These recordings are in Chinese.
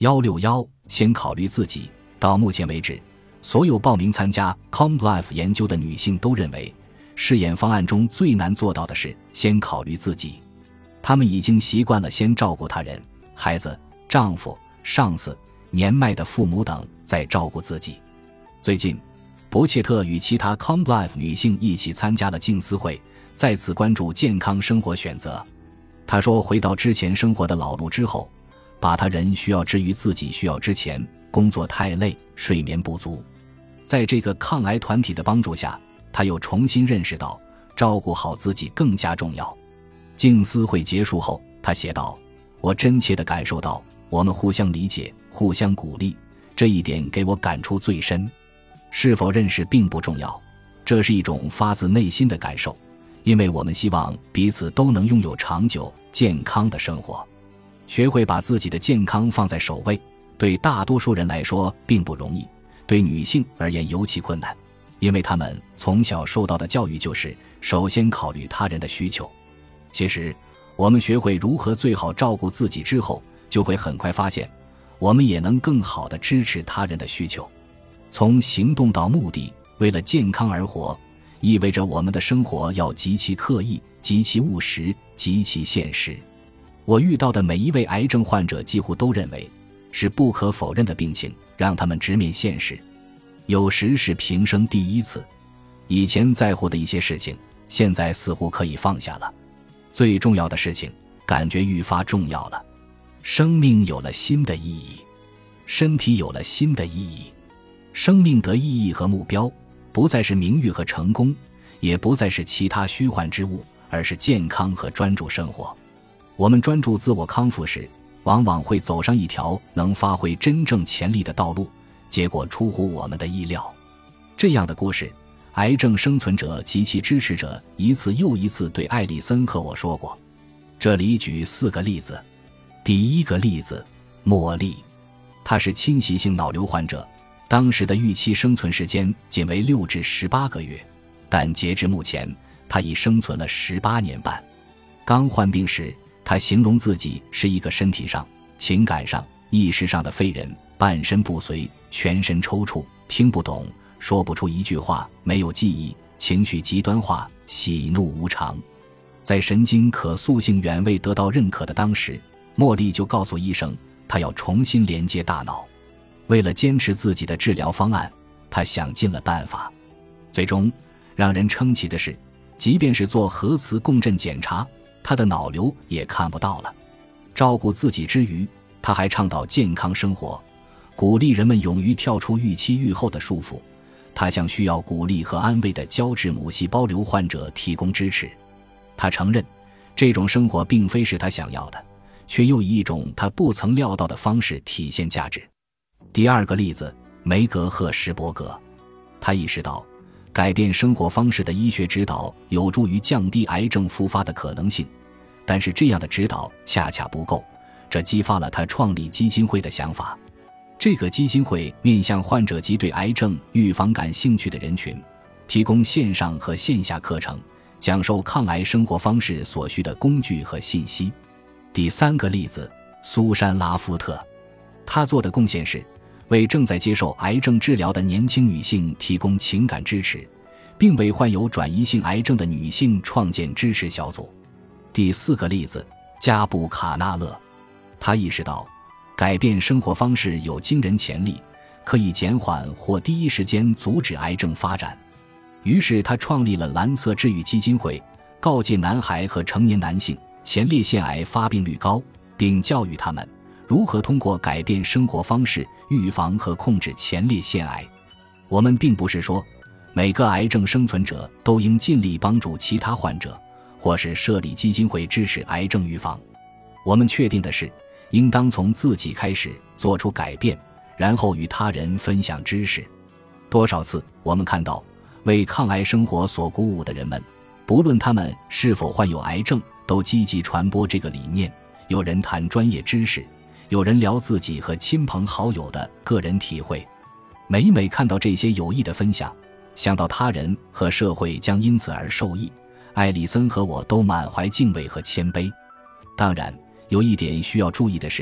161先考虑自己。到目前为止，所有报名参加 COMLIFE 研究的女性都认为，试验方案中最难做到的是先考虑自己。她们已经习惯了先照顾他人，孩子、丈夫、上司、年迈的父母等，再照顾自己。最近，伯切特与其他 COMLIFE 女性一起参加了静思会，再次关注健康生活选择。他说，回到之前生活的老路之后，把他人需要置于自己需要之前，工作太累，睡眠不足。在这个抗癌团体的帮助下，他又重新认识到照顾好自己更加重要。静思会结束后，他写道，我真切地感受到我们互相理解，互相鼓励，这一点给我感触最深。是否认识并不重要，这是一种发自内心的感受，因为我们希望彼此都能拥有长久健康的生活。学会把自己的健康放在首位，对大多数人来说并不容易，对女性而言尤其困难，因为她们从小受到的教育就是首先考虑他人的需求。其实我们学会如何最好照顾自己之后，就会很快发现我们也能更好地支持他人的需求。从行动到目的，为了健康而活，意味着我们的生活要极其刻意，极其务实，极其现实。我遇到的每一位癌症患者几乎都认为，是不可否认的病情让他们直面现实，有时是平生第一次。以前在乎的一些事情，现在似乎可以放下了。最重要的事情，感觉愈发重要了。生命有了新的意义，身体有了新的意义。生命的意义和目标，不再是名誉和成功，也不再是其他虚幻之物，而是健康和专注生活。我们专注自我康复时，往往会走上一条能发挥真正潜力的道路，结果出乎我们的意料。这样的故事，癌症生存者及其支持者一次又一次对艾丽森和我说过。这里举4个例子。第一个例子，茉莉，她是侵袭性脑瘤患者，当时的预期生存时间仅为6至18个月，但截至目前，她已生存了18年半。刚患病时，她形容自己是一个身体上、情感上、意识上的废人，半身不遂，全身抽搐，听不懂，说不出一句话，没有记忆，情绪极端化，喜怒无常。在神经可塑性远未得到认可的当时，茉莉就告诉医生，她要重新连接大脑。为了坚持自己的治疗方案，她想尽了办法。最终，让人称奇的是，即便是做核磁共振检查，她的脑瘤也看不到了。照顾自己之余，她还倡导健康生活，鼓励人们勇于跳出预期愈后的束缚。她向需要鼓励和安慰的胶质母细胞瘤患者提供支持。她承认，这种生活并非是她想要的，却又以一种她不曾料到的方式体现价值。第二个例子，梅格赫什伯格，他意识到改变生活方式的医学指导有助于降低癌症复发的可能性，但是这样的指导恰恰不够，这激发了他创立基金会的想法。这个基金会面向患者及对癌症预防感兴趣的人群，提供线上和线下课程，讲授抗癌生活方式所需的工具和信息。第三个例子，苏珊·拉夫特，她做的贡献是为正在接受癌症治疗的年轻女性提供情感支持，并为患有转移性癌症的女性创建支持小组。第四个例子，加布·卡纳勒，他意识到改变生活方式有惊人潜力，可以减缓或第一时间阻止癌症发展。于是他创立了蓝色治愈基金会，告诫男孩和成年男性前列腺癌发病率高，并教育他们如何通过改变生活方式预防和控制前列腺癌。我们并不是说每个癌症生存者都应尽力帮助其他患者，或是设立基金会支持癌症预防。我们确定的是，应当从自己开始做出改变，然后与他人分享知识。多少次我们看到为抗癌生活所鼓舞的人们，不论他们是否患有癌症，都积极传播这个理念。有人谈专业知识，有人聊自己和亲朋好友的个人体会。每每看到这些有益的分享，想到他人和社会将因此而受益，艾里森和我都满怀敬畏和谦卑。当然，有一点需要注意的是，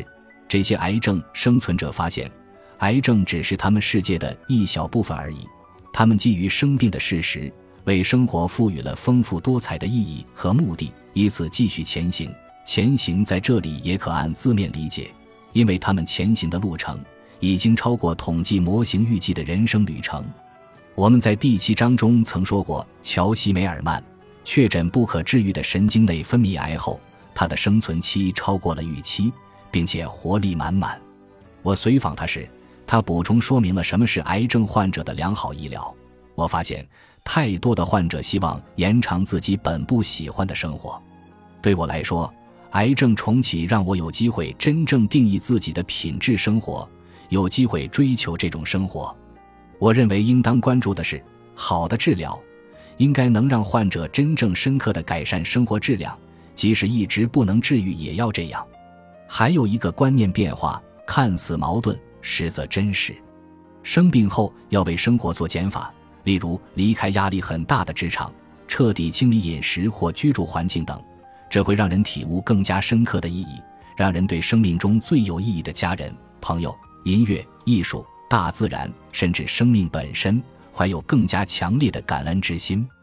这些癌症生存者发现，癌症只是他们世界的一小部分而已。他们基于生病的事实，为生活赋予了丰富多彩的意义和目的，以此继续前行。前行在这里也可按字面理解，因为他们前行的路程已经超过统计模型预计的人生旅程。我们在第7章中曾说过，乔西·梅尔曼确诊不可治愈的神经内分泌癌后，他的生存期超过了预期，并且活力满满。我随访他时，他补充说明了什么是癌症患者的良好医疗。我发现太多的患者希望延长自己本不喜欢的生活。对我来说，癌症重启让我有机会真正定义自己的品质生活，有机会追求这种生活。我认为应当关注的是，好的治疗应该能让患者真正深刻地改善生活质量，即使一直不能治愈也要这样。还有一个观念变化，看似矛盾，实则真实。生病后要为生活做减法，例如离开压力很大的职场，彻底清理饮食或居住环境等，这会让人体悟更加深刻的意义，让人对生命中最有意义的家人、朋友、音乐、艺术、大自然，甚至生命本身，怀有更加强烈的感恩之心。